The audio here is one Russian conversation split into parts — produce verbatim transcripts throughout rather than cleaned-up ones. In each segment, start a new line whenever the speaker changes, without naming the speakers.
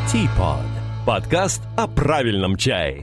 Teapot. Подкаст о правильном чае.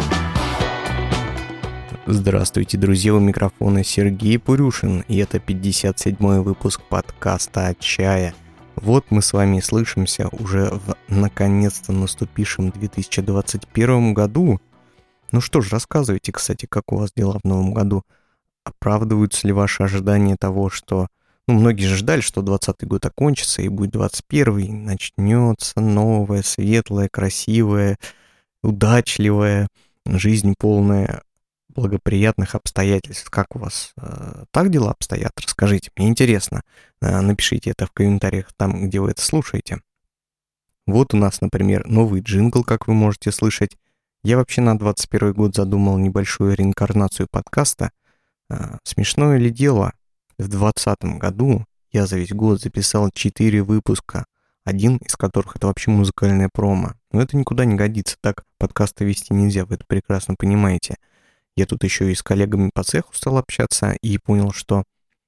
Здравствуйте, друзья, у микрофона Сергей Пурюшин, и это пятьдесят седьмой выпуск подкаста о чае. Вот мы с вами слышимся уже в наконец-то наступившем две тысячи двадцать первом году. Ну что ж, рассказывайте, кстати, как у вас дела в новом году. Оправдываются ли ваши ожидания того, что... Ну, многие же ждали, что двадцатый год окончится, и будет двадцать первый, и начнется новая, светлая, красивая, удачливая жизнь, полная благоприятных обстоятельств. Как у вас э, так дела обстоят? Расскажите, мне интересно. Э, напишите это в комментариях там, где вы это слушаете. Вот у нас, например, новый джингл, как вы можете слышать. Я вообще на двадцать первый год задумал небольшую реинкарнацию подкаста. Э, смешное ли дело? В двадцатом году я за весь год записал четыре выпуска, один из которых это вообще музыкальная промо. Но это никуда не годится, так подкасты вести нельзя, вы это прекрасно понимаете. Я тут еще и с коллегами по цеху стал общаться и понял, что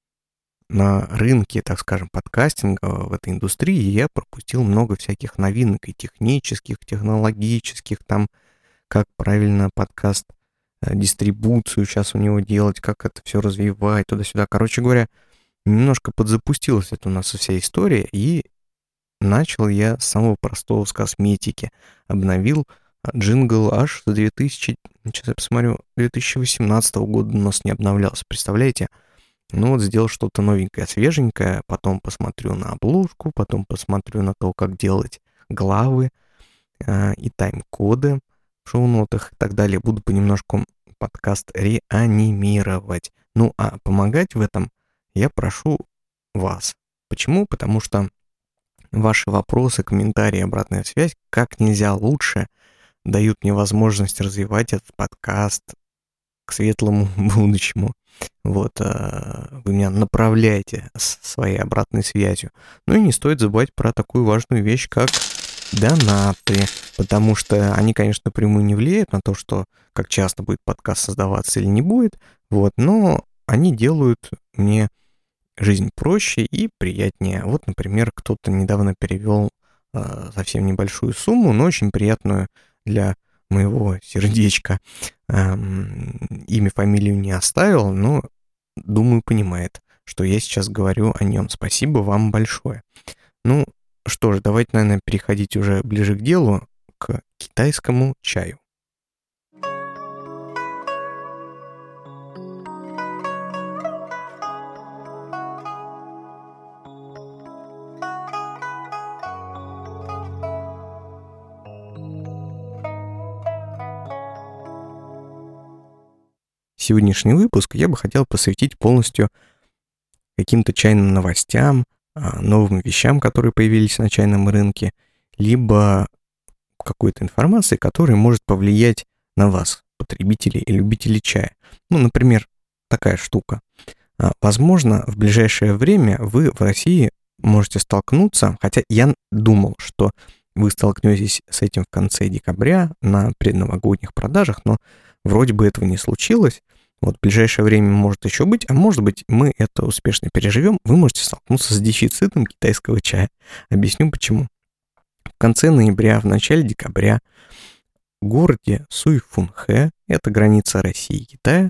на рынке, так скажем, подкастинга в этой индустрии я пропустил много всяких новинок и технических, технологических, там, как правильно подкаст дистрибуцию сейчас у него делать, как это все развивать, туда-сюда. Короче говоря, немножко подзапустилась это у нас вся история, и начал я с самого простого, с косметики. Обновил джингл аж с две тысячи, сейчас я посмотрю, две тысячи восемнадцатого года у нас не обновлялся, представляете? Ну вот сделал что-то новенькое, свеженькое, потом посмотрю на обложку, потом посмотрю на то, как делать главы э, и тайм-коды в шоу-нотах и так далее. Буду понемножку подкаст реанимировать. Ну, а помогать в этом я прошу вас. Почему? Потому что ваши вопросы, комментарии, обратная связь как нельзя лучше дают мне возможность развивать этот подкаст к светлому будущему. Вот, вы меня направляете своей обратной связью. Ну и не стоит забывать про такую важную вещь, как донаты, потому что они, конечно, напрямую не влияют на то, что как часто будет подкаст создаваться или не будет, вот, но они делают мне жизнь проще и приятнее. Вот, например, кто-то недавно перевел э, совсем небольшую сумму, но очень приятную для моего сердечка. Э, имя, фамилию не оставил, но, думаю, понимает, что я сейчас говорю о нем. Спасибо вам большое. Ну, что ж, давайте, наверное, переходить уже ближе к делу, к китайскому чаю. Сегодняшний выпуск я бы хотел посвятить полностью каким-то чайным новостям, новым вещам, которые появились на чайном рынке, либо какой-то информации, которая может повлиять на вас, потребителей и любителей чая. Ну, например, такая штука. Возможно, в ближайшее время вы в России можете столкнуться, хотя я думал, что вы столкнетесь с этим в конце декабря на предновогодних продажах, но вроде бы этого не случилось. Вот в ближайшее время может еще быть, а может быть мы это успешно переживем, вы можете столкнуться с дефицитом китайского чая. Объясню почему. В конце ноября, в начале декабря в городе Суйфунхэ, это граница России и Китая,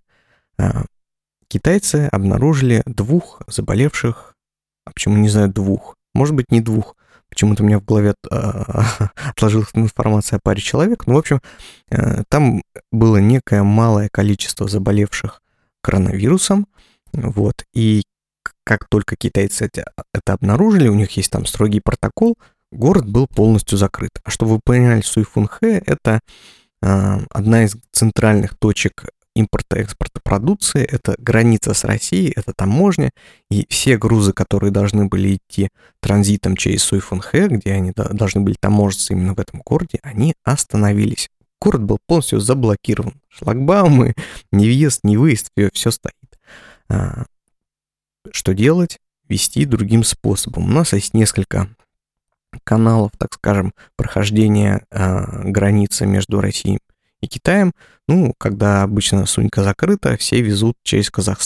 китайцы обнаружили двух заболевших, а почему не знаю двух, может быть не двух, почему-то у меня в голове отложилась информация о паре человек. Ну, в общем, там было некое малое количество заболевших коронавирусом. Вот. И как только китайцы это, это обнаружили, у них есть там строгий протокол, город был полностью закрыт. А чтобы вы поняли, Суйфунхэ – это одна из центральных точек импорта-экспорта продукции, это граница с Россией, это таможня, и все грузы, которые должны были идти транзитом через Суйфунхэ, где они должны были таможиться именно в этом городе, они остановились. Город был полностью заблокирован. Шлагбаумы, ни въезд, ни выезд, все, все стоит. А, что делать? Вести другим способом. У нас есть несколько каналов, так скажем, прохождения а, границы между Россией и Китаем. Ну, когда обычно Сунька закрыта, все везут через Казахстан.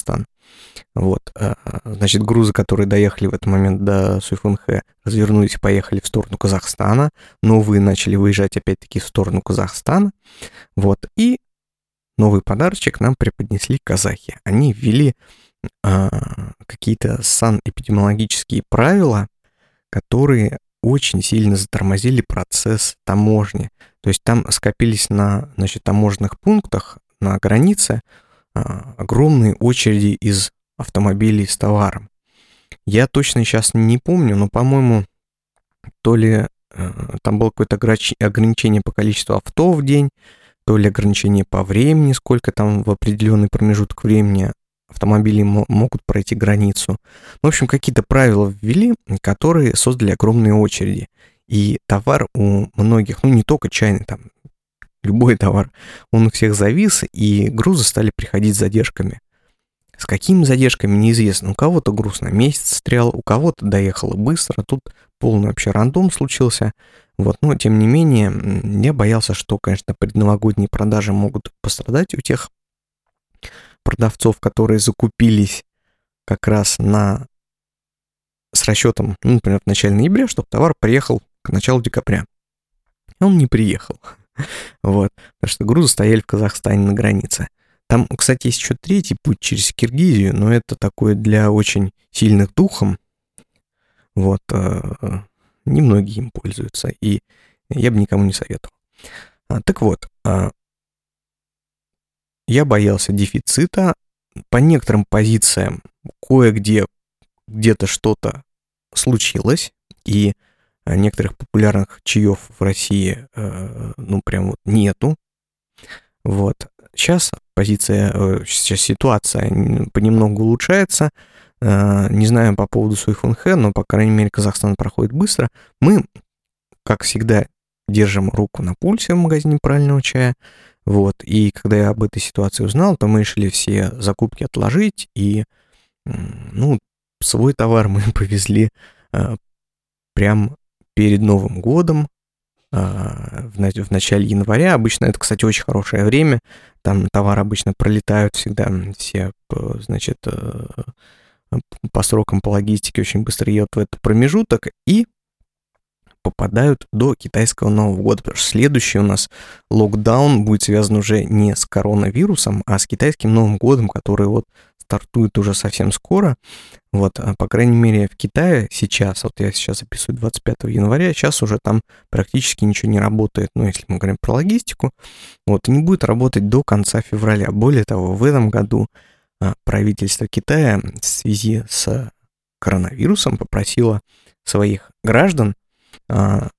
Вот, значит, грузы, которые доехали в этот момент до Суйфунхэ, развернулись и поехали в сторону Казахстана. Новые начали выезжать опять-таки в сторону Казахстана. Вот, и новый подарочек нам преподнесли казахи. Они ввели а, какие-то санэпидемиологические правила, которые очень сильно затормозили процесс таможни. То есть там скопились на, значит, таможенных пунктах на границе а, огромные очереди из автомобилей с товаром. Я точно сейчас не помню, но, по-моему, то ли а, там было какое-то ограничение по количеству авто в день, то ли ограничение по времени, сколько там в определенный промежуток времени автомобили могут пройти границу. В общем, какие-то правила ввели, которые создали огромные очереди. И товар у многих, ну не только чайный, там любой товар, он у всех завис, и грузы стали приходить с задержками. С какими задержками, неизвестно. У кого-то груз на месяц стрял, у кого-то доехало быстро, тут полный вообще рандом случился. Вот, но тем не менее, я боялся, что, конечно, предновогодние продажи могут пострадать у тех продавцов, которые закупились как раз на с расчетом, ну, например, в начале ноября, чтобы товар приехал к началу декабря. Он не приехал. Вот, потому что грузы стояли в Казахстане на границе. Там, кстати, есть еще третий путь через Киргизию, но это такое для очень сильных духом. Вот, немногие им пользуются, и я бы никому не советовал. Так вот, я боялся дефицита. По некоторым позициям кое-где где-то что-то случилось, и некоторых популярных чаев в России, ну, прям вот нету. Вот. Сейчас позиция, сейчас ситуация понемногу улучшается. Не знаю по поводу Суйфунхэ, но, по крайней мере, Казахстан проходит быстро. Мы, как всегда, держим руку на пульсе в магазине правильного чая. Вот. И когда я об этой ситуации узнал, то мы решили все закупки отложить. И, ну, свой товар мы повезли прям перед Новым годом. В начале января. Обычно это, кстати, очень хорошее время. Там товары обычно пролетают всегда все, значит, по срокам, по логистике очень быстро едут в этот промежуток и попадают до китайского Нового года. Потому что следующий у нас локдаун будет связан уже не с коронавирусом, а с китайским Новым годом, который вот стартует уже совсем скоро. Вот, по крайней мере, в Китае сейчас, вот я сейчас записываю двадцать пятого января, сейчас уже там практически ничего не работает, ну, если мы говорим про логистику, вот, и не будет работать до конца февраля. Более того, в этом году правительство Китая в связи с коронавирусом попросило своих граждан а,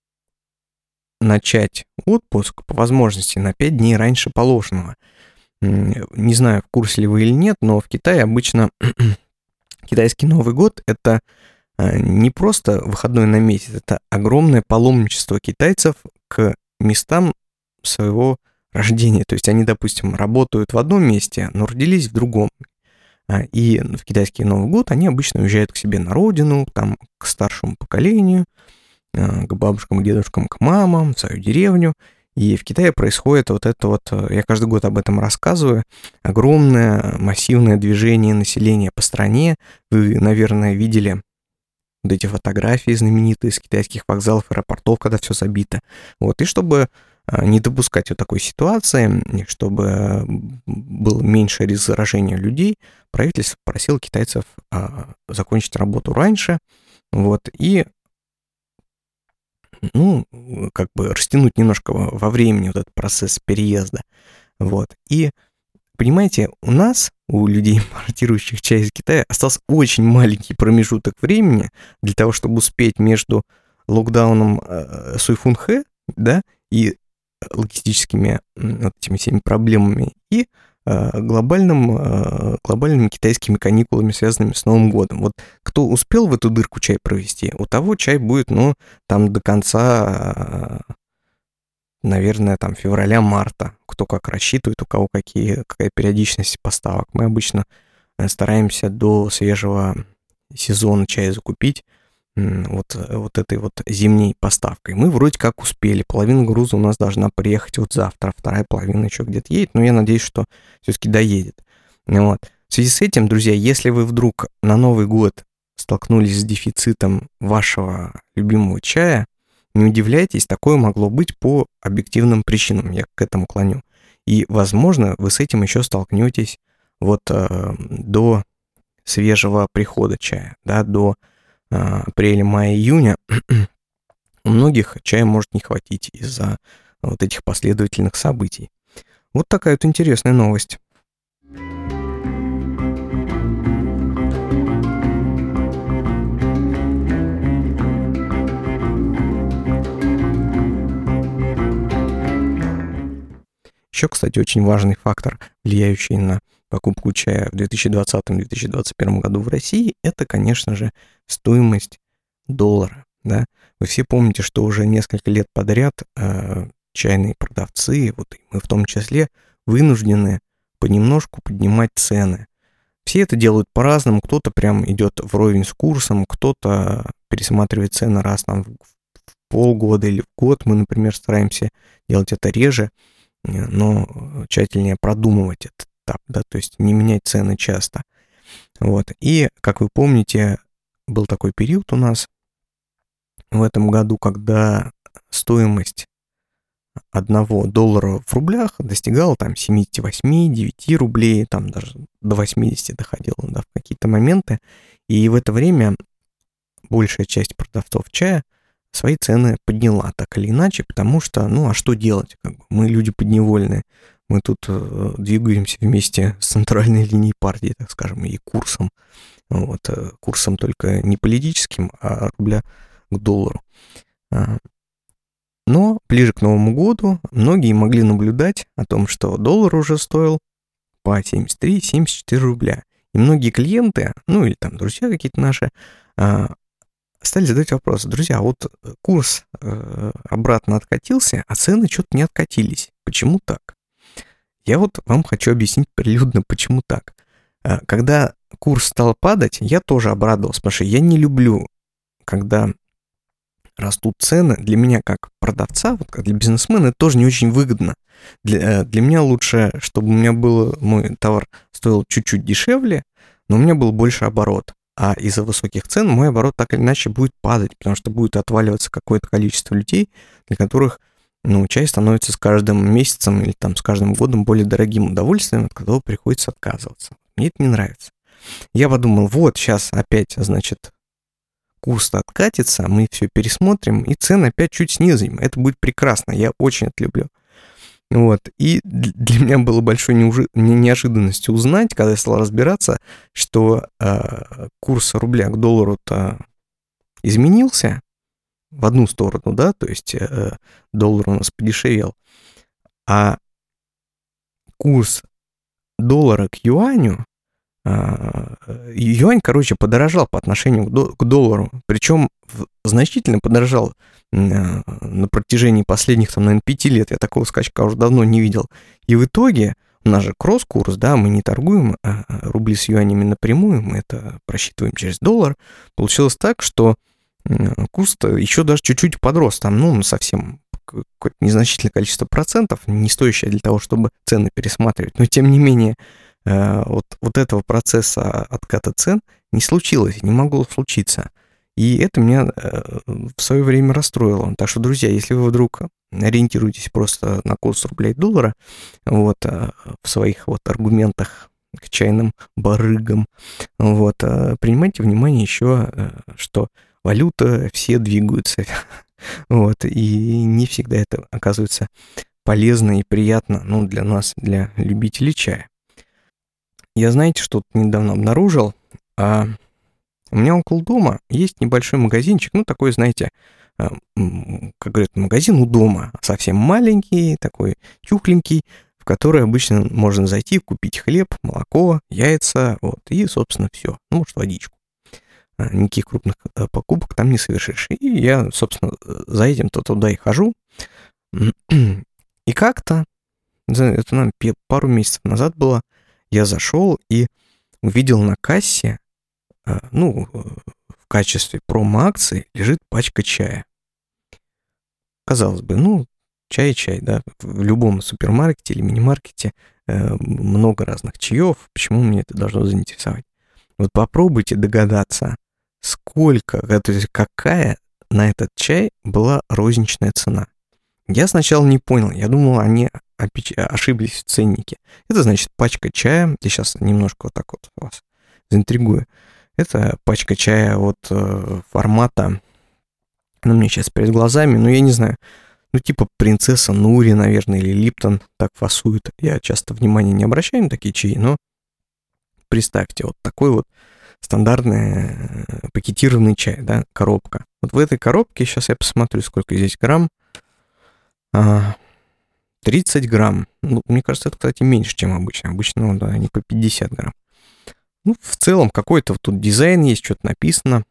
начать отпуск по возможности на пять дней раньше положенного. Не знаю, в курсе ли вы или нет, но в Китае обычно китайский Новый год — это не просто выходной на месяц, это огромное паломничество китайцев к местам своего рождения. То есть они, допустим, работают в одном месте, но родились в другом. И в китайский Новый год они обычно уезжают к себе на родину, там, к старшему поколению, к бабушкам, к дедушкам, к мамам, в свою деревню. И в Китае происходит вот это вот, я каждый год об этом рассказываю, огромное массивное движение населения по стране. Вы, наверное, видели вот эти фотографии знаменитые с китайских вокзалов, аэропортов, когда все забито. Вот, и чтобы не допускать вот такой ситуации, чтобы был меньше риск заражения людей, правительство просило китайцев закончить работу раньше, вот, и ну, как бы растянуть немножко во времени вот этот процесс переезда. Вот. И, понимаете, у нас, у людей, импортирующих чай из Китая, остался очень маленький промежуток времени для того, чтобы успеть между локдауном э, Суйфунхэ, да, и логистическими вот этими всеми проблемами, и глобальным, глобальными китайскими каникулами, связанными с Новым годом. Вот кто успел в эту дырку чай провести, у того чай будет, ну, там до конца, наверное, там февраля-марта. Кто как рассчитывает, у кого какие, какая периодичность поставок. Мы обычно стараемся до свежего сезона чая закупить вот, вот этой вот зимней поставкой. Мы вроде как успели. Половина груза у нас должна приехать вот завтра, вторая половина еще где-то едет, но я надеюсь, что все-таки доедет. Вот. В связи с этим, друзья, если вы вдруг на Новый год столкнулись с дефицитом вашего любимого чая, не удивляйтесь, такое могло быть по объективным причинам, я к этому клоню. И, возможно, вы с этим еще столкнетесь вот э, до свежего прихода чая, да, до э, апреля, мая, июня. У многих чая может не хватить из-за вот этих последовательных событий. Вот такая вот интересная новость. Еще, кстати, очень важный фактор, влияющий на покупку чая в две тысячи двадцатом - две тысячи двадцать первом году в России, это, конечно же, стоимость доллара. Да? Вы все помните, что уже несколько лет подряд э, чайные продавцы, вот и мы в том числе, вынуждены понемножку поднимать цены. Все это делают по-разному, кто-то прям идет вровень с курсом, кто-то пересматривает цены раз там, в полгода или в год. Мы, например, стараемся делать это реже, но тщательнее продумывать этот этап, да, то есть не менять цены часто. Вот. И, как вы помните, был такой период у нас в этом году, когда стоимость одного доллара в рублях достигала там семьдесят восемь - девять рублей, там даже до восьмидесяти доходило, да, в какие-то моменты. И в это время большая часть продавцов чая свои цены подняла так или иначе, потому что, ну, а что делать? Как бы мы люди подневольные, мы тут э, двигаемся вместе с центральной линией партии, так скажем, и курсом, вот, э, курсом только не политическим, а рубля к доллару. Но ближе к Новому году многие могли наблюдать о том, что доллар уже стоил по семьдесят три - семьдесят четыре рубля. И многие клиенты, ну или там друзья какие-то наши, стали задать вопрос: друзья, вот курс э, обратно откатился, а цены что-то не откатились. Почему так? Я вот вам хочу объяснить прилюдно, почему так. Когда курс стал падать, я тоже обрадовался, потому что я не люблю, когда растут цены. Для меня как продавца, вот как для бизнесмена, это тоже не очень выгодно. Для, для меня лучше, чтобы у меня был, мой товар стоил чуть-чуть дешевле, но у меня был больше оборот. А из-за высоких цен мой оборот так или иначе будет падать, потому что будет отваливаться какое-то количество людей, для которых, ну, чай становится с каждым месяцем или там с каждым годом более дорогим удовольствием, от которого приходится отказываться. Мне это не нравится. Я подумал, вот сейчас опять, значит, курс откатится, мы все пересмотрим и цены опять чуть снизим. Это будет прекрасно, я очень это люблю. Вот. И для меня было большой неужи... неожиданностью узнать, когда я стал разбираться, что э, курс рубля к доллару-то изменился в одну сторону, да, то есть э, доллар у нас подешевел, а курс доллара к юаню, э, юань, короче, подорожал по отношению к, до... к доллару, причем значительно подорожал на протяжении последних, там, наверное, пяти лет. Я такого скачка уже давно не видел. И в итоге у нас же кросс-курс, да, мы не торгуем рубли с юанями напрямую, мы это просчитываем через доллар. Получилось так, что курс-то еще даже чуть-чуть подрос, там, ну, совсем какое-то незначительное количество процентов, не стоящее для того, чтобы цены пересматривать. Но, тем не менее, вот, вот этого процесса отката цен не случилось, не могло случиться. И это меня э, в свое время расстроило. Так что, друзья, если вы вдруг ориентируетесь просто на курс рубля и доллара, вот, э, в своих вот аргументах к чайным барыгам, вот, э, принимайте внимание еще, э, что валюта все двигаются, вот, и не всегда это оказывается полезно и приятно, ну, для нас, для любителей чая. Я, знаете, что-то недавно обнаружил, а у меня около дома есть небольшой магазинчик, ну, такой, знаете, как говорят, магазин у дома, совсем маленький, такой чухленький, в который обычно можно зайти, купить хлеб, молоко, яйца, вот, и, собственно, все, ну, может, водичку. Никаких крупных покупок там не совершишь. И я, собственно, за этим-то туда и хожу. И как-то, это, наверное, пару месяцев назад было, я зашел и увидел на кассе, ну, в качестве промо-акции лежит пачка чая. Казалось бы, ну, чай-чай, да, в любом супермаркете или мини-маркете э, много разных чаев. Почему мне это должно заинтересовать? Вот попробуйте догадаться, сколько, то есть какая на этот чай была розничная цена. Я сначала не понял, я думал, они ошиблись в ценнике. Это значит пачка чая, я сейчас немножко вот так вот вас заинтригую. Это пачка чая от э, формата, ну, мне сейчас перед глазами, но я не знаю, ну, типа принцесса Нури, наверное, или Липтон так фасует. Я часто внимания не обращаю на такие чаи, но представьте, вот такой вот стандартный пакетированный чай, да, коробка. Вот в этой коробке, сейчас я посмотрю, сколько здесь грамм. тридцать грамм. Ну, мне кажется, это, кстати, меньше, чем обычно. Обычно, ну, да, они по пятьдесят грамм. Ну, в целом, какой-то вот тут дизайн есть, что-то написано.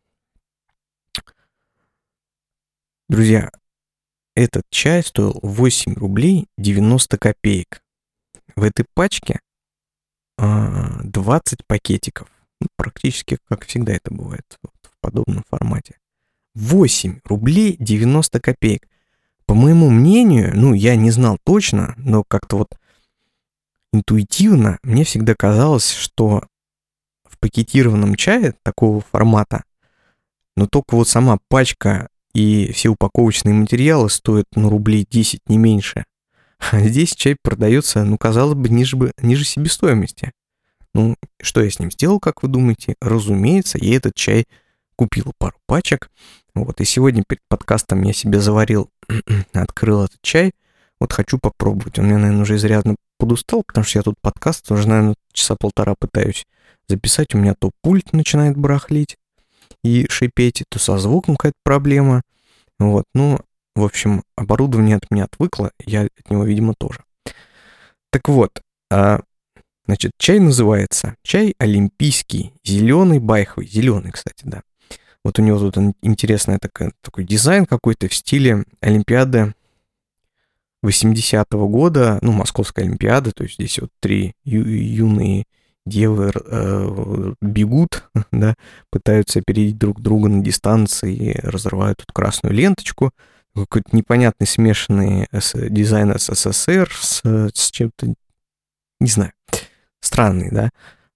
Друзья, этот чай стоил восемь рублей девяносто копеек. В этой пачке двадцать пакетиков. Ну, практически, как всегда это бывает вот, в подобном формате. восемь рублей девяносто копеек. По моему мнению, ну, я не знал точно, но как-то вот интуитивно мне всегда казалось, что в пакетированном чае такого формата, но только вот сама пачка и все упаковочные материалы стоят, ну, рублей десять, не меньше. А здесь чай продается, ну, казалось бы, ниже, бы, ниже себестоимости. Ну, что я с ним сделал, как вы думаете? Разумеется, я этот чай купил пару пачек. Вот, и сегодня перед подкастом я себе заварил, открыл этот чай. Вот хочу попробовать. Он меня, наверное, уже изрядно подустал, потому что я тут подкаст уже, наверное, часа полтора пытаюсь записать. У меня то пульт начинает барахлить и шипеть, то со звуком какая-то проблема. Вот, ну, в общем, оборудование от меня отвыкло, я от него, видимо, тоже. Так вот, а, значит, чай называется чай олимпийский, зеленый байховый. Зеленый, кстати, да. Вот у него тут интересный такой, такой дизайн какой-то в стиле Олимпиады восьмидесятого года, ну, Московская Олимпиада, то есть здесь вот три ю- юные девы э, бегут, да, пытаются опередить друг друга на дистанции, разрывают тут красную ленточку, какой-то непонятный смешанный дизайн СССР с, с чем-то, не знаю, странный, да.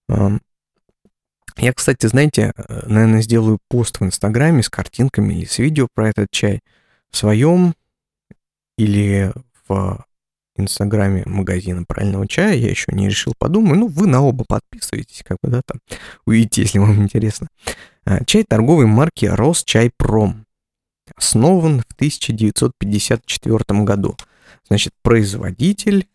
Я, кстати, знаете, наверное, сделаю пост в Инстаграме с картинками или с видео про этот чай в своем или в Инстаграме магазина правильного чая. Я еще не решил, подумаю. Ну, вы на оба подписывайтесь, как бы, да, там увидите, если вам интересно. Чай торговой марки Росчайпром. Основан в тысяча девятьсот пятьдесят четвёртом году. Значит, производитель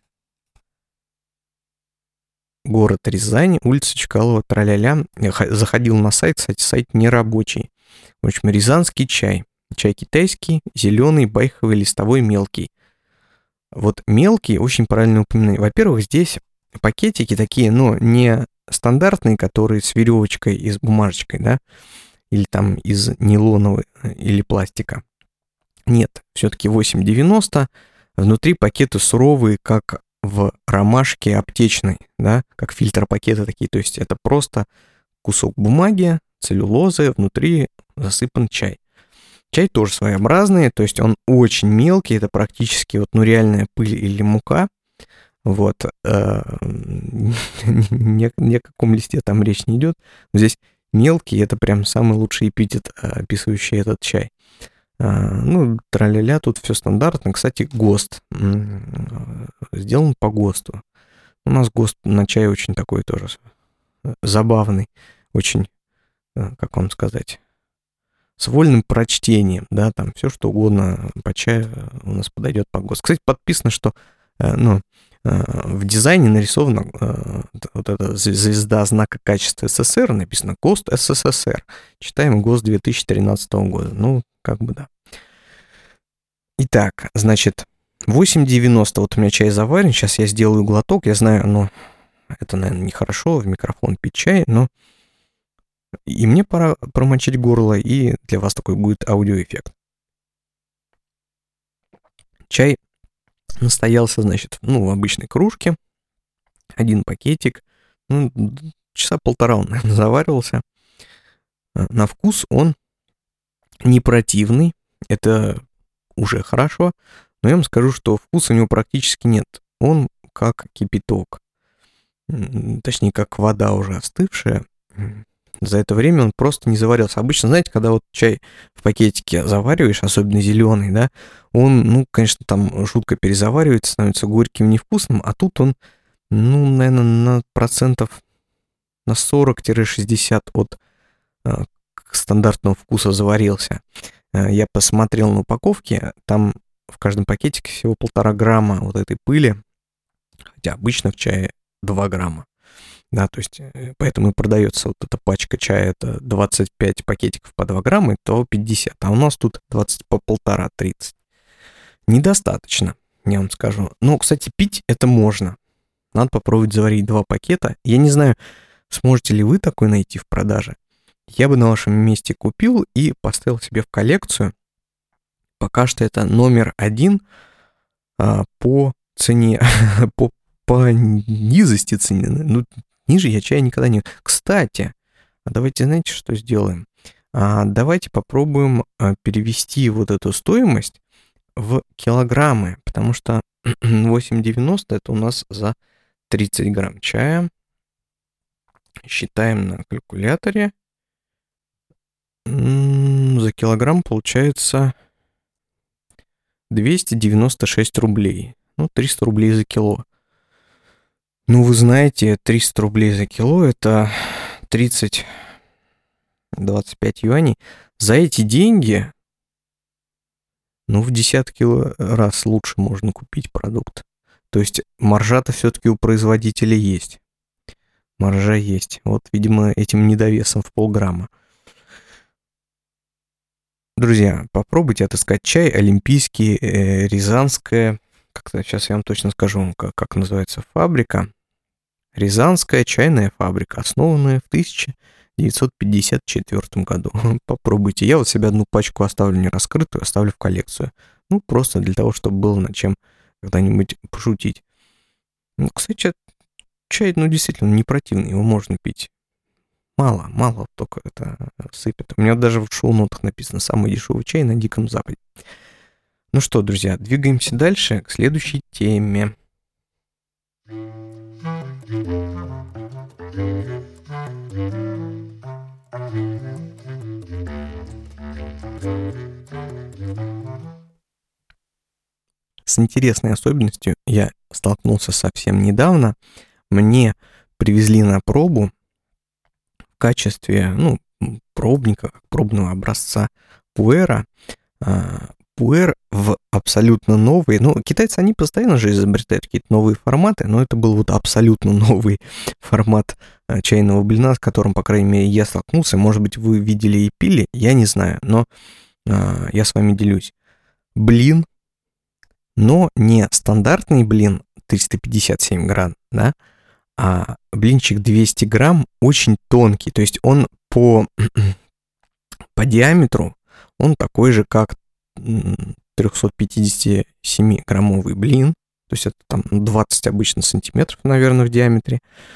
город Рязань, улица Чкалова, тра-ля-ля. Я заходил на сайт, кстати, сайт нерабочий. В общем, рязанский чай. Чай китайский, зеленый, байховый, листовой, мелкий. Вот мелкий очень правильно упоминаю. Во-первых, здесь пакетики такие, ну, не стандартные, которые с веревочкой и с бумажечкой, да, или там из нейлонового или пластика. Нет, все-таки восемь девяносто. Внутри пакеты суровые, как в ромашке аптечной, да, как фильтр-пакеты такие. То есть это просто кусок бумаги, целлюлозы, внутри засыпан чай. Чай тоже своеобразный, то есть он очень мелкий, это практически вот, ну, реальная пыль или мука. Вот. Ни о каком листе там речь не идет. Здесь мелкий, это прям самый лучший эпитет, описывающий этот чай. Ну, тра-ля-ля, тут все стандартно. Кстати, ГОСТ. Сделан по ГОСТу. У нас ГОСТ на чай очень такой тоже забавный. Очень, как вам сказать, с вольным прочтением, да, там все что угодно по чаю у нас подойдет по ГОСТ. Кстати, подписано, что, ну, в дизайне нарисована вот эта звезда знака качества СССР, написано ГОСТ СССР. Читаем ГОСТ две тысячи тринадцатого года. Ну, как бы да. Итак, значит, восемь девяносто. Вот у меня чай заварен. Сейчас я сделаю глоток. Я знаю, ну, это, наверное, нехорошо в микрофон пить чай, но и мне пора промочить горло, и для вас такой будет аудиоэффект. Чай настоялся, значит, ну, в обычной кружке. Один пакетик. Ну, часа полтора он, наверное, заваривался. На вкус он не противный. Это уже хорошо. Но я вам скажу, что вкуса у него практически нет. Он как кипяток. точнее, как вода уже остывшая. За это время он просто не заварился. Обычно, знаете, когда вот чай в пакетике завариваешь, особенно зеленый, да, он, ну, конечно, там жутко перезаваривается, становится горьким, невкусным, а тут он, ну, наверное, на процентов на сорок-шестьдесят от э, стандартного вкуса заварился. Э, я посмотрел на упаковке, там в каждом пакетике всего полтора грамма вот этой пыли, хотя обычно в чае два грамма. Да, то есть поэтому и продается вот эта пачка чая, это двадцать пять пакетиков по два грамма, то пятьдесят, а у нас тут двадцать по полтора, тридцать. Недостаточно, я вам скажу. Но, кстати, пить это можно. Надо попробовать заварить два пакета. Я не знаю, сможете ли вы такой найти в продаже. Я бы на вашем месте купил и поставил себе в коллекцию. Пока что это номер один а, по цене, по, по низости цены. Ну, ниже я чая никогда не... Кстати, давайте, знаете, что сделаем? А, давайте попробуем а, перевести вот эту стоимость в килограммы, потому что восемь девяносто это у нас за тридцать грамм чая. Считаем на калькуляторе. М-м, за килограмм получается двести девяносто шесть рублей. Ну, триста рублей за кило. Ну, вы знаете, триста рублей за кило это тридцать двадцать пять юаней. За эти деньги, ну, в десятки раз лучше можно купить продукт. То есть маржа-то все-таки у производителя есть. Маржа есть. Вот, видимо, этим недовесом в полграмма. Друзья, попробуйте отыскать чай олимпийский, э, Рязанская, как-то сейчас я вам точно скажу, как, как называется фабрика. Рязанская чайная фабрика, основанная в тысяча девятьсот пятьдесят четвёртом году. Попробуйте. Я вот себе одну пачку оставлю не раскрытую, оставлю в коллекцию. Ну, просто для того, чтобы было над чем когда-нибудь пошутить. Ну, кстати, чай, ну, действительно, не противный, его можно пить. Мало, мало только это сыпет. У меня даже в шоу-нотах написано «Самый дешевый чай на Диком Западе». Ну что, друзья, двигаемся дальше к следующей теме. С интересной особенностью я столкнулся совсем недавно. Мне привезли на пробу в качестве, ну, пробника, пробного образца пуэра. Пуэр в абсолютно новый. Ну, китайцы, они постоянно же изобретают какие-то новые форматы, но это был вот абсолютно новый формат чайного блина, с которым, по крайней мере, я столкнулся. Может быть, вы видели и пили, я не знаю, но а, я с вами делюсь. Блин, но не стандартный блин триста пятьдесят семь грамм, да, а блинчик двести грамм, очень тонкий. То есть он по, по диаметру, он такой же, как триста пятьдесят семь граммовый блин, то есть это там двадцать обычно сантиметров, наверное, в диаметре,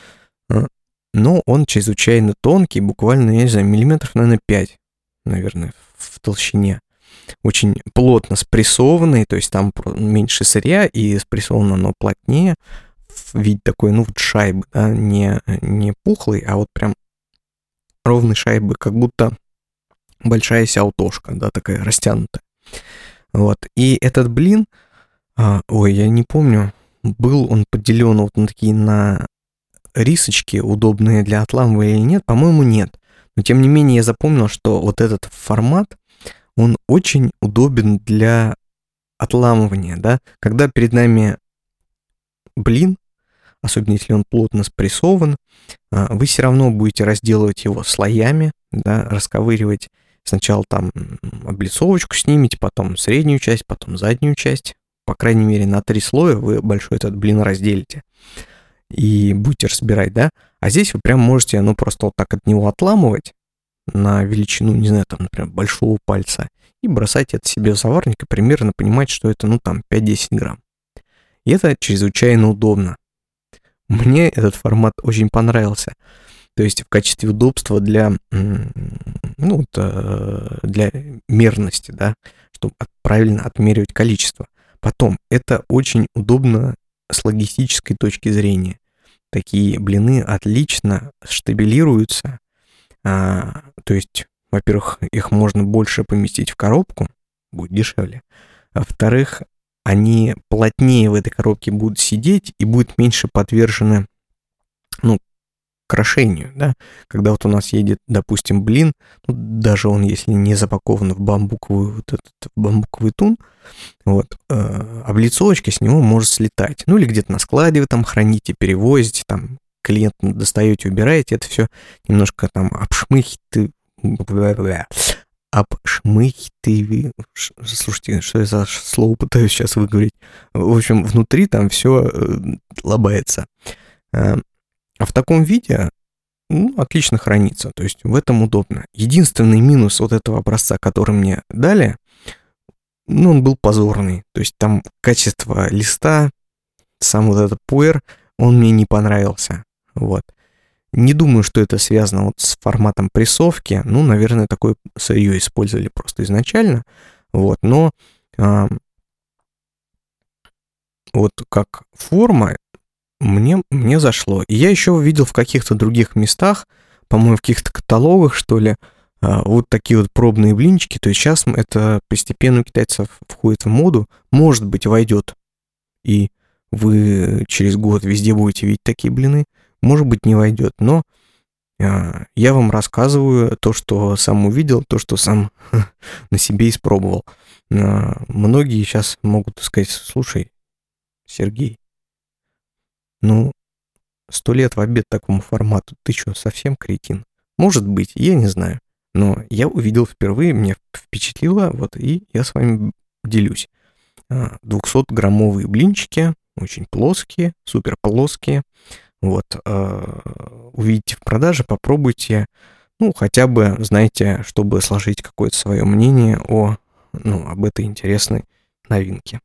но он чрезвычайно тонкий, буквально, я не знаю, миллиметров, наверное, пять, наверное, в толщине. Очень плотно спрессованный, то есть там меньше сырья, и спрессовано оно плотнее, в виде такой, ну, вот шайбы, да, не, не пухлый, а вот прям ровной шайбы, как будто большая сяутошка, да, такая растянутая. Вот, и этот блин, а, ой, я не помню, был он поделен вот на такие, на рисочки, удобные для отламывания или нет, по-моему, нет. Но, тем не менее, я запомнил, что вот этот формат, он очень удобен для отламывания, да, когда перед нами блин, особенно если он плотно спрессован, вы все равно будете разделывать его слоями, да, расковыривать. Сначала там облицовочку снимете, потом среднюю часть, потом заднюю часть. По крайней мере, на три слоя вы большой этот блин разделите и будете разбирать, да. А здесь вы прям можете, ну, просто вот так от него отламывать на величину, не знаю, там, например, большого пальца и бросать это себе в заварник и примерно понимать, что это, ну, там, пять-десять грамм. И это чрезвычайно удобно. Мне этот формат очень понравился. То есть в качестве удобства для, ну, для мерности, да, чтобы правильно отмеривать количество. Потом, это очень удобно с логистической точки зрения. такие блины отлично штабелируются. А, то есть, во-первых, их можно больше поместить в коробку, будет дешевле. А во-вторых, они плотнее в этой коробке будут сидеть и будут меньше подвержены, ну, крошению, да, когда вот у нас едет, допустим, блин, ну, даже он, если не запакован в бамбуковую, вот этот в бамбуковый тун, вот, э, облицовочка с него может слетать, ну, или где-то на складе вы там храните, перевозите, там, клиент достаете, убираете, это все немножко там обшмыхит, обшмыхит, слушайте, что я за слово пытаюсь сейчас выговорить, в общем, внутри там все лобается. А в таком виде, ну, отлично хранится, то есть в этом удобно. Единственный минус вот этого образца, который мне дали, ну, он был позорный. То есть там качество листа, сам вот этот пуэр, он мне не понравился. Вот. Не думаю, что это связано вот с форматом прессовки. Ну, наверное, такое сырье использовали просто изначально. Вот, но а, вот как форма, Мне, мне зашло. И я еще видел в каких-то других местах, по-моему, в каких-то каталогах, что ли, вот такие вот пробные блинчики. То есть сейчас это постепенно у китайцев входит в моду. Может быть, войдет, и вы через год везде будете видеть такие блины. Может быть, не войдет. Но я вам рассказываю то, что сам увидел, то, что сам на себе испробовал. Многие сейчас могут сказать: слушай, Сергей, ну, сто лет в обед такому формату. Ты что, совсем кретин? Может быть, я не знаю. Но я увидел впервые, мне впечатлило, вот, и я с вами делюсь. двухсотграммовые блинчики, очень плоские, супер плоские. Вот, увидите в продаже, попробуйте, ну, хотя бы, знаете, чтобы сложить какое-то свое мнение о, ну, об этой интересной новинке.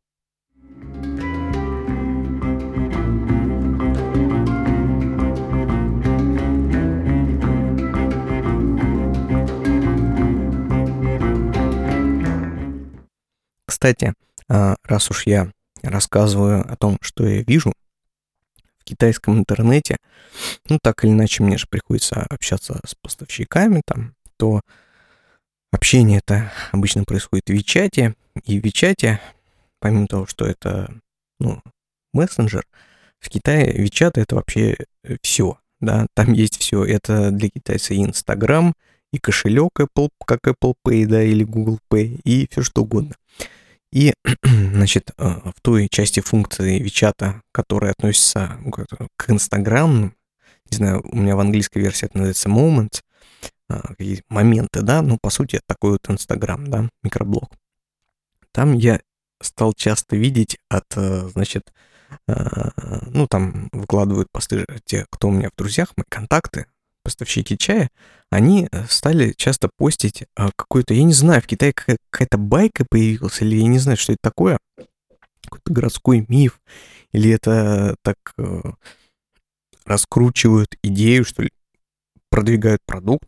Кстати, раз уж я рассказываю о том, что я вижу в китайском интернете, ну, так или иначе, мне же приходится общаться с поставщиками там, то общение это обычно происходит в Вичате, и в Вичате, помимо того, что это, ну, мессенджер, в Китае Вичат это вообще все, да, там есть все, это для китайца и Инстаграм, и кошелек Apple, как Apple Pay, да, или Google Pay, и все что угодно. И, значит, в той части функции Вичата, которая относится к Инстаграму, не знаю, у меня в английской версии это называется Moments, моменты, да, ну, по сути, это такой вот Инстаграм, да, микроблог. Там я стал часто видеть от, значит, ну, там выкладывают посты те, кто у меня в друзьях, мои контакты, поставщики чая, они стали часто постить какой-то, я не знаю, в Китае какая-то байка появилась, или я не знаю, что это такое, какой-то городской миф, или это так э, раскручивают идею, что ли, продвигают продукт.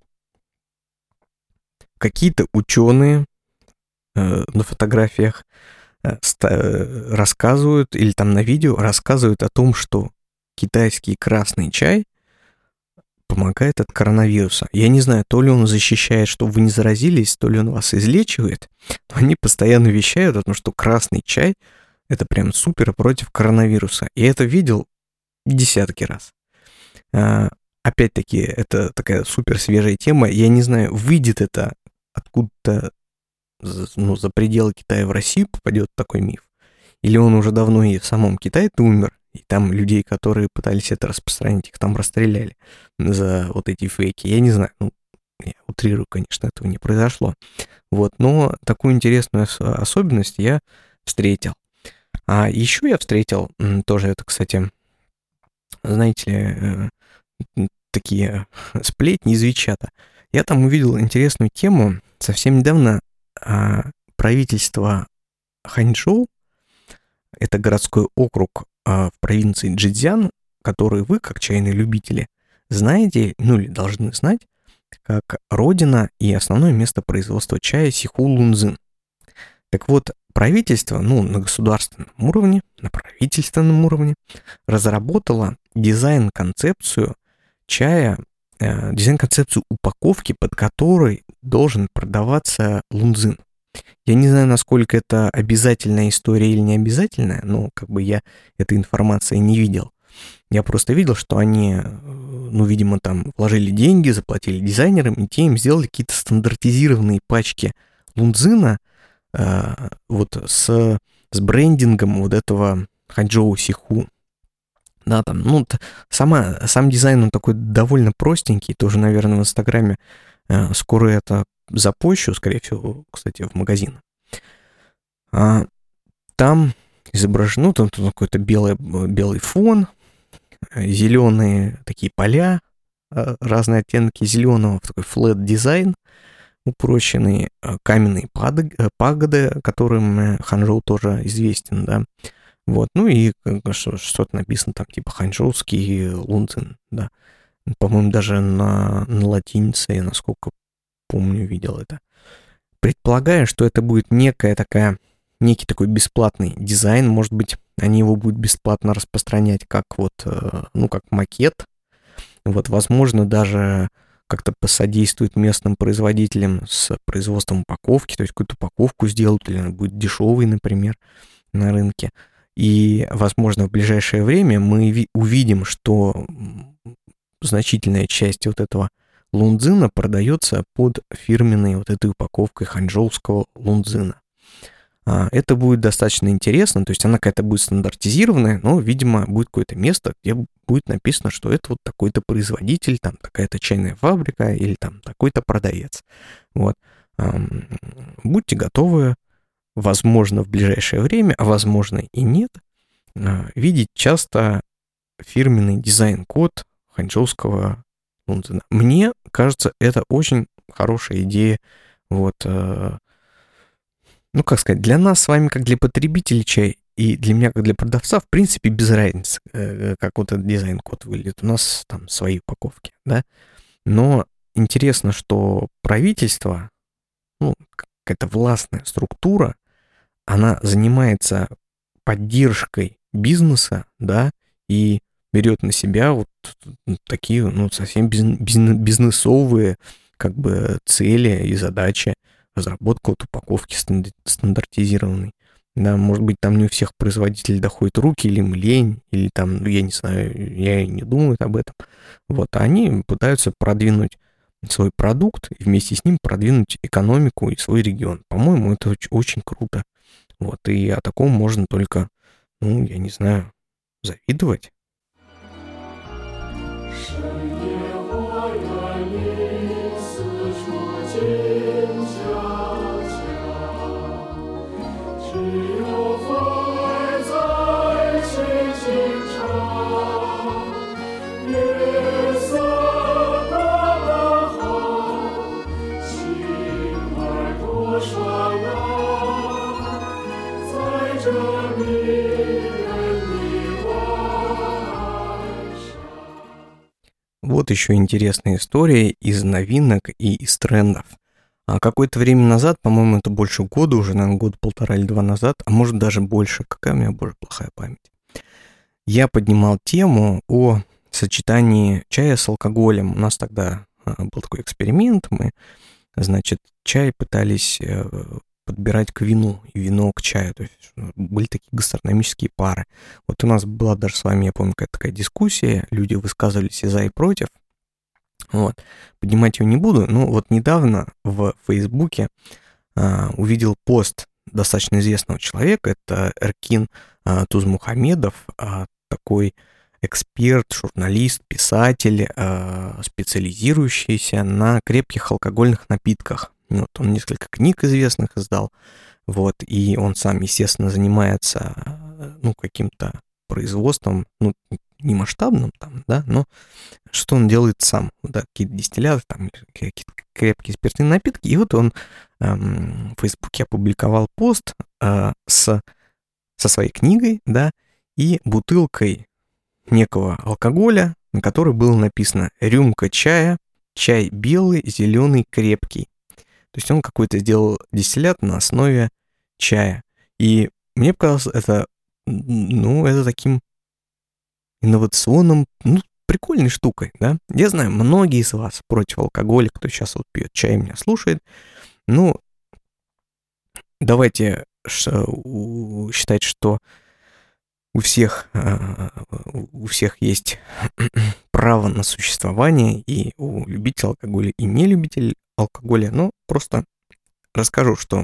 Какие-то ученые э, на фотографиях э, ста- рассказывают, или там на видео рассказывают о том, что китайский красный чай помогает от коронавируса. Я не знаю, то ли он защищает, чтобы вы не заразились, то ли он вас излечивает, но они постоянно вещают о том, что красный чай — это прям супер против коронавируса. И я это видел десятки раз. А, опять-таки, это такая супер свежая тема. Я не знаю, выйдет это откуда-то, ну, за пределы Китая в Россию попадет такой миф, или он уже давно и в самом Китае-то умер, и там людей, которые пытались это распространить, их там расстреляли за вот эти фейки. Я не знаю, ну, я утрирую, конечно, этого не произошло. Вот, но такую интересную особенность я встретил. А еще я встретил тоже это, кстати, знаете ли, такие сплетни из Вичата. Я там увидел интересную тему. Совсем недавно правительство Ханчжоу, это городской округ в провинции Чжэцзян, который вы, как чайные любители, знаете, ну или должны знать, как родина и основное место производства чая Сиху-Лунцзин. Так вот, правительство, ну, на государственном уровне, на правительственном уровне разработало дизайн-концепцию чая, э, дизайн-концепцию упаковки, под которой должен продаваться лунзин. Я не знаю, насколько это обязательная история или не обязательная, но как бы я этой информации не видел. Я просто видел, что они, ну, видимо, там вложили деньги, заплатили дизайнерам, и те им сделали какие-то стандартизированные пачки лунзина э, вот с, с брендингом вот этого Ханчжоу Сиху. Да, там, ну, сама, сам дизайн, он такой довольно простенький, тоже, наверное, в Инстаграме э, скоро это запущу, скорее всего, кстати, в магазин. А, там изображено, ну, там, там какой-то белый, белый фон, зеленые такие поля, разные оттенки зеленого, такой флэт-дизайн, упрощенные каменные пагоды, которым Ханчжоу тоже известен, да. Вот, ну и что-то написано там, типа ханчжоуский лунзин, да. По-моему, даже на, на латинице, я, насколько помню, видел это. Предполагаю, что это будет некая такая, некий такой бесплатный дизайн, может быть, они его будут бесплатно распространять как вот, ну, как макет. Вот, возможно, даже как-то посодействует местным производителям с производством упаковки, то есть какую-то упаковку сделают, или она будет дешевой, например, на рынке. И, возможно, в ближайшее время мы увидим, что значительная часть вот этого лунзина продается под фирменной вот этой упаковкой ханчжоуского лунзина. Это будет достаточно интересно, то есть она какая-то будет стандартизированная, но, видимо, будет какое-то место, где будет написано, что это вот такой-то производитель, там такая-то чайная фабрика или там такой-то продавец. Вот. Будьте готовы, возможно, в ближайшее время, а возможно и нет, видеть часто фирменный дизайн-код ханчжоуского лунзина. Мне кажется, это очень хорошая идея. Вот, ну, как сказать, для нас с вами, как для потребителей чая, и для меня, как для продавца, в принципе, без разницы, как вот этот дизайн-код выглядит. У нас там свои упаковки, да. Но интересно, что правительство, ну, какая-то властная структура, она занимается поддержкой бизнеса, да, и берет на себя вот такие, ну, совсем бизнесовые, как бы, цели и задачи. Разработка вот упаковки стандартизированной. Да, может быть, там не у всех производителей доходят руки, или им лень, или там, ну, я не знаю, я и не думаю об этом. Вот, а они пытаются продвинуть свой продукт и вместе с ним продвинуть экономику и свой регион. По-моему, это очень, очень круто. Вот, и о таком можно только, ну, я не знаю, завидовать. Вот еще интересная история из новинок и из трендов. А какое-то время назад, по-моему, это больше года уже, наверное, год полтора или два назад, а может даже больше, какая у меня боже плохая память, я поднимал тему о сочетании чая с алкоголем. У нас тогда был такой эксперимент, мы, значит, чай пытались подбирать к вину, и вино к чаю, то есть были такие гастрономические пары. Вот у нас была даже с вами, я помню, какая-то такая дискуссия, люди высказывались и за, и против. Вот. Поднимать ее не буду, но вот недавно в Фейсбуке а, увидел пост достаточно известного человека, это Эркин а, Тузмухамедов, а, такой эксперт, журналист, писатель, а, специализирующийся на крепких алкогольных напитках. Вот, он несколько книг известных издал, вот, и он сам, естественно, занимается, ну, каким-то производством, ну, не масштабным там, да, но что он делает сам, да, какие-то дистилляты, там, какие-то крепкие спиртные напитки, и вот он эм, в Фейсбуке опубликовал пост э, с, со своей книгой, да, и бутылкой некого алкоголя, на которой было написано «Рюмка чая, чай белый, зеленый, крепкий». То есть он какой-то сделал дистиллят на основе чая. И мне показалось это, ну, это таким инновационным, ну, прикольной штукой, да. Я знаю, многие из вас против алкоголя, кто сейчас вот пьет чай, меня слушает. Ну, давайте считать, что у всех, у всех есть право на существование, и у любителей алкоголя, и не любителей алкоголя. Но просто расскажу, что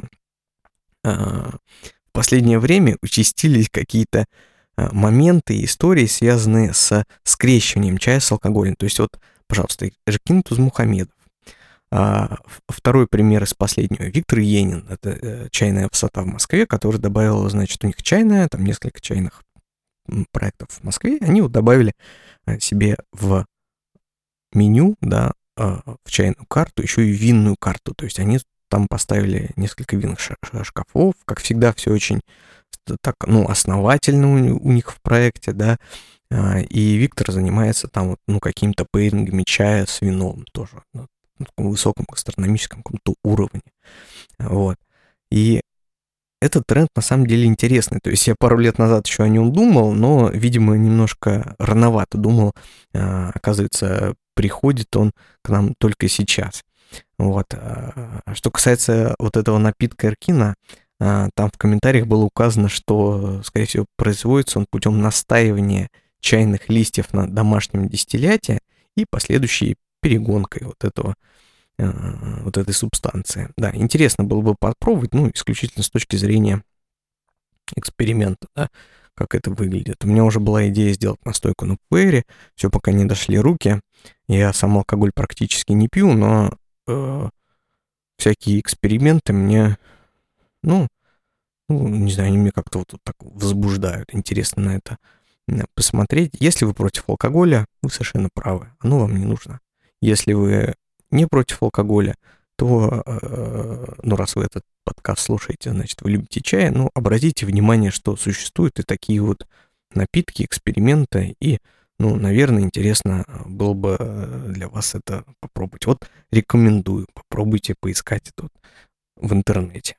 в последнее время участились какие-то моменты и истории, связанные с скрещиванием чая с алкоголем. То есть вот, пожалуйста, Эркин Тузмухамедов. А, второй пример из последнего. Виктор Енин. Это чайная высота в Москве, которая добавила, значит, у них чайная, там несколько чайных проектов в Москве. Они вот добавили себе в меню, да, в чайную карту еще и винную карту. То есть они там поставили несколько винных шкафов. Как всегда, все очень так, ну, основательно у них в проекте, да, и Виктор занимается там вот, ну, какими-то пейрингами чая с вином тоже, на таком высоком гастрономическом каком-то уровне, вот, и этот тренд на самом деле интересный, то есть я пару лет назад еще о нем думал, но, видимо, немножко рановато думал, оказывается, приходит он к нам только сейчас, вот, что касается вот этого напитка Эркина, там в комментариях было указано, что, скорее всего, производится он путем настаивания чайных листьев на домашнем дистилляте и последующей перегонкой вот этого, вот этой субстанции. Да, интересно было бы попробовать, ну, исключительно с точки зрения эксперимента, да, как это выглядит. У меня уже была идея сделать настойку на пуэре, все пока не дошли руки. Я сам алкоголь практически не пью, но э, всякие эксперименты мне... Ну, ну, не знаю, они меня как-то вот, вот так возбуждают. Интересно на это посмотреть. Если вы против алкоголя, вы совершенно правы. Оно вам не нужно. Если вы не против алкоголя, то, э, ну, раз вы этот подкаст слушаете, значит, вы любите чай, ну, обратите внимание, что существуют и такие вот напитки, эксперименты, и, ну, наверное, интересно было бы для вас это попробовать. Вот рекомендую. Попробуйте поискать это вот в интернете.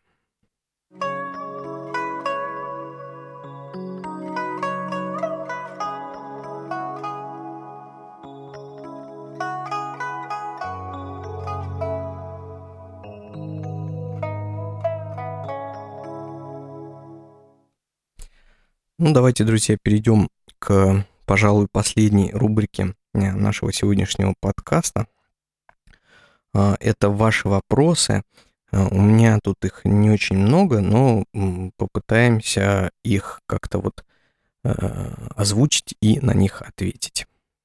Ну, давайте, друзья, перейдем к, пожалуй, последней рубрике нашего сегодняшнего подкаста. Это ваши вопросы. У меня тут их не очень много, но попытаемся их как-то вот озвучить и на них ответить.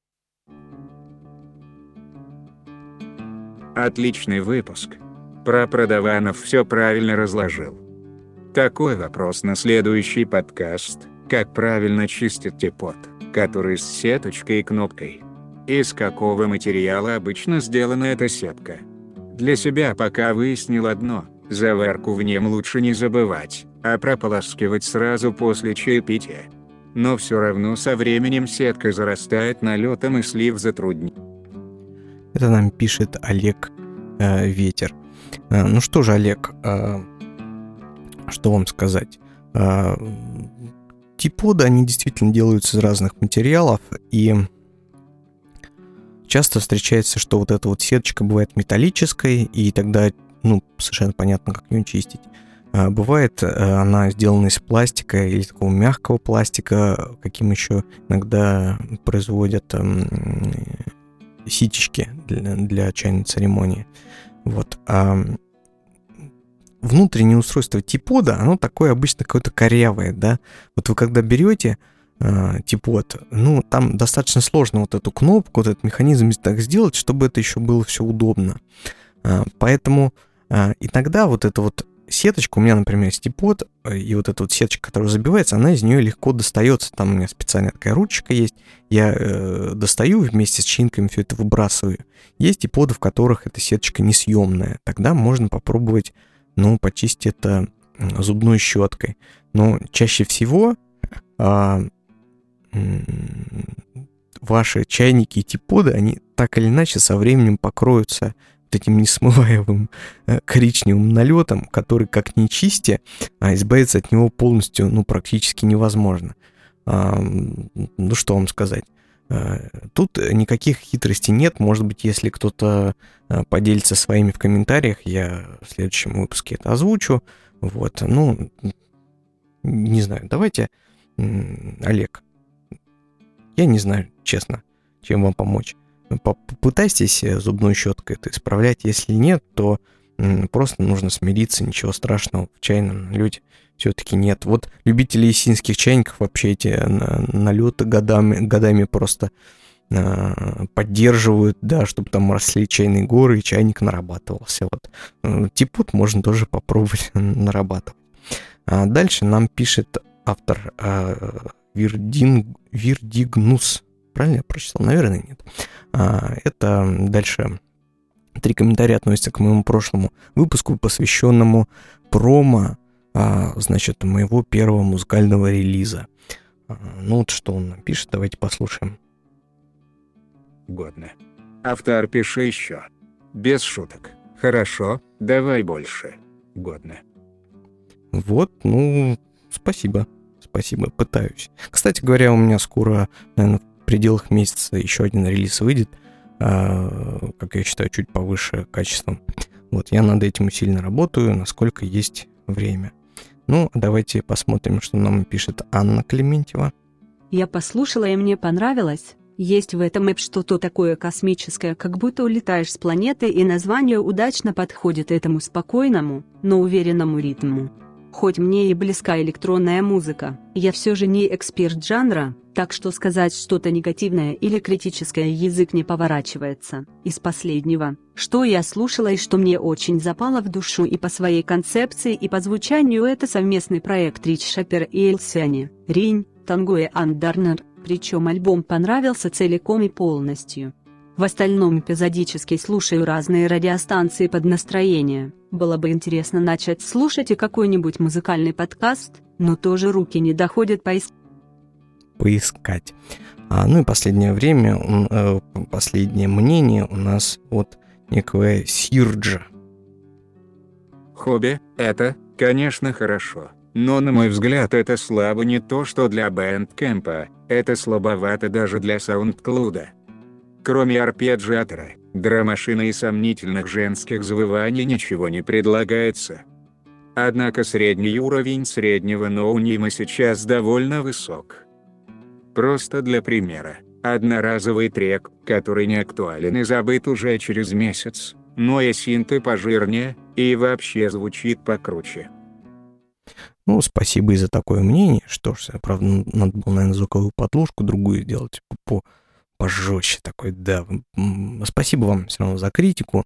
Отличный выпуск. Про продаванов все правильно разложил. Такой вопрос на следующий подкаст. Как правильно чистить типот, который с сеточкой и кнопкой? Из какого материала обычно сделана эта сетка? Для себя пока выяснил одно: заварку в нем лучше не забывать, а прополаскивать сразу после чаепития. Но все равно со временем сетка зарастает налетом и слив затруднит.
Это нам пишет Олег э, Ветер. Э, ну что же, Олег, э, что вам сказать? Э, Типоды, они действительно делаются из разных материалов, и часто встречается, что вот эта вот сеточка бывает металлической, и тогда, ну, совершенно понятно, как ее чистить. А бывает она сделана из пластика или такого мягкого пластика, каким еще иногда производят эм, ситечки для, для чайной церемонии. Вот. А внутреннее устройство типода, оно такое обычно какое-то корявое, да. Вот вы когда берете э, типод, ну, там достаточно сложно вот эту кнопку, вот этот механизм так сделать, чтобы это еще было все удобно. Э, поэтому э, иногда вот эта вот сеточка, у меня, например, есть типод, и вот эта вот сеточка, которая забивается, она из нее легко достается. Там у меня специальная такая ручка есть, я э, достаю вместе с чинками, все это выбрасываю. Есть типоды, в которых эта сеточка несъемная. Тогда можно попробовать, ну, почистить это зубной щеткой. Но чаще всего а, ваши чайники и типоды, они так или иначе со временем покроются вот этим несмываемым коричневым налетом, который, как ни чисти, а избавиться от него полностью, ну, практически невозможно. Ну, что вам сказать? Тут никаких хитростей нет. Может быть, если кто-то поделится своими в комментариях, я в следующем выпуске это озвучу. Вот, ну, не знаю, давайте, Олег, я не знаю, честно, чем вам помочь. Попытайтесь зубной щеткой это исправлять. Если нет, то просто нужно смириться, ничего страшного в чайном налете все-таки нет. Вот любители есинских чайников вообще эти налеты годами, годами просто э, поддерживают, да, чтобы там росли чайные горы и чайник нарабатывался. Вот. Типот можно тоже попробовать нарабатывать. А дальше нам пишет автор э, Вирдин, Вирдигнус. Правильно я прочитал? Наверное, нет. А, это дальше три комментария относятся к моему прошлому выпуску, посвященному промо, а, значит, моего первого музыкального релиза. А, ну вот что он нам пишет, давайте послушаем.
Годно. Автор, пиши еще. Без шуток. Хорошо, давай больше. Годно.
Вот, ну, спасибо. Спасибо, пытаюсь. Кстати говоря, у меня скоро, наверное, в пределах месяца еще один релиз выйдет, а, как я считаю, чуть повыше качеством. Вот, я над этим усиленно работаю, насколько есть время. Ну, давайте посмотрим, что нам пишет Анна Клементьева.
Я послушала, и мне понравилось. Есть в этом эп что-то такое космическое, как будто улетаешь с планеты, и название удачно подходит этому спокойному, но уверенному ритму. Хоть мне и близка электронная музыка, я все же не эксперт жанра, так что сказать что-то негативное или критическое язык не поворачивается. Из последнего, что я слушала и что мне очень запало в душу и по своей концепции, и по звучанию, это совместный проект Рич Шапер и Элсиани, Ринь, Танго и Андернер, причем альбом понравился целиком и полностью. В остальном эпизодически слушаю разные радиостанции под настроение. Было бы интересно начать слушать и какой-нибудь музыкальный подкаст, но тоже руки не доходят поискать.
Поискать. А, ну и последнее время, э, последнее мнение у нас от некого Сирджа.
Хобби – это, конечно, хорошо. Но, на мой взгляд, это слабо не то что для Бэндкэмпа, это слабовато даже для Саундклуда. Кроме арпеджиатора, драм-машины и сомнительных женских завываний ничего не предлагается. Однако средний уровень среднего ноунейма сейчас довольно высок. Просто для примера, одноразовый трек, который не актуален и забыт уже через месяц, но и синты пожирнее, и вообще звучит покруче.
Ну, спасибо и за такое мнение. Что ж, правда, надо было, наверное, звуковую подложку другую сделать по пожестче такой, да. Спасибо вам все равно за критику.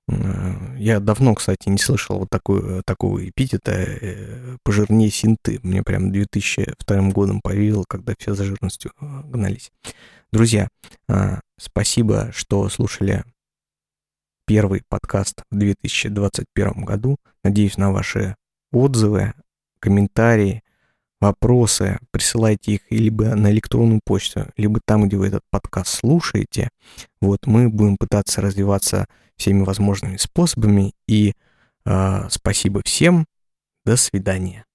Я давно, кстати, не слышал вот такой, такого эпитета «пожирнее синты». Мне прям две тысячи вторым годом повеяло, когда все за жирностью гнались. Друзья, спасибо, что слушали первый подкаст в две тысячи двадцать первом году. Надеюсь на ваши отзывы, комментарии, вопросы. Присылайте их либо на электронную почту, либо там, где вы этот подкаст слушаете. Вот, мы будем пытаться развиваться всеми возможными способами. И э, спасибо всем. До свидания.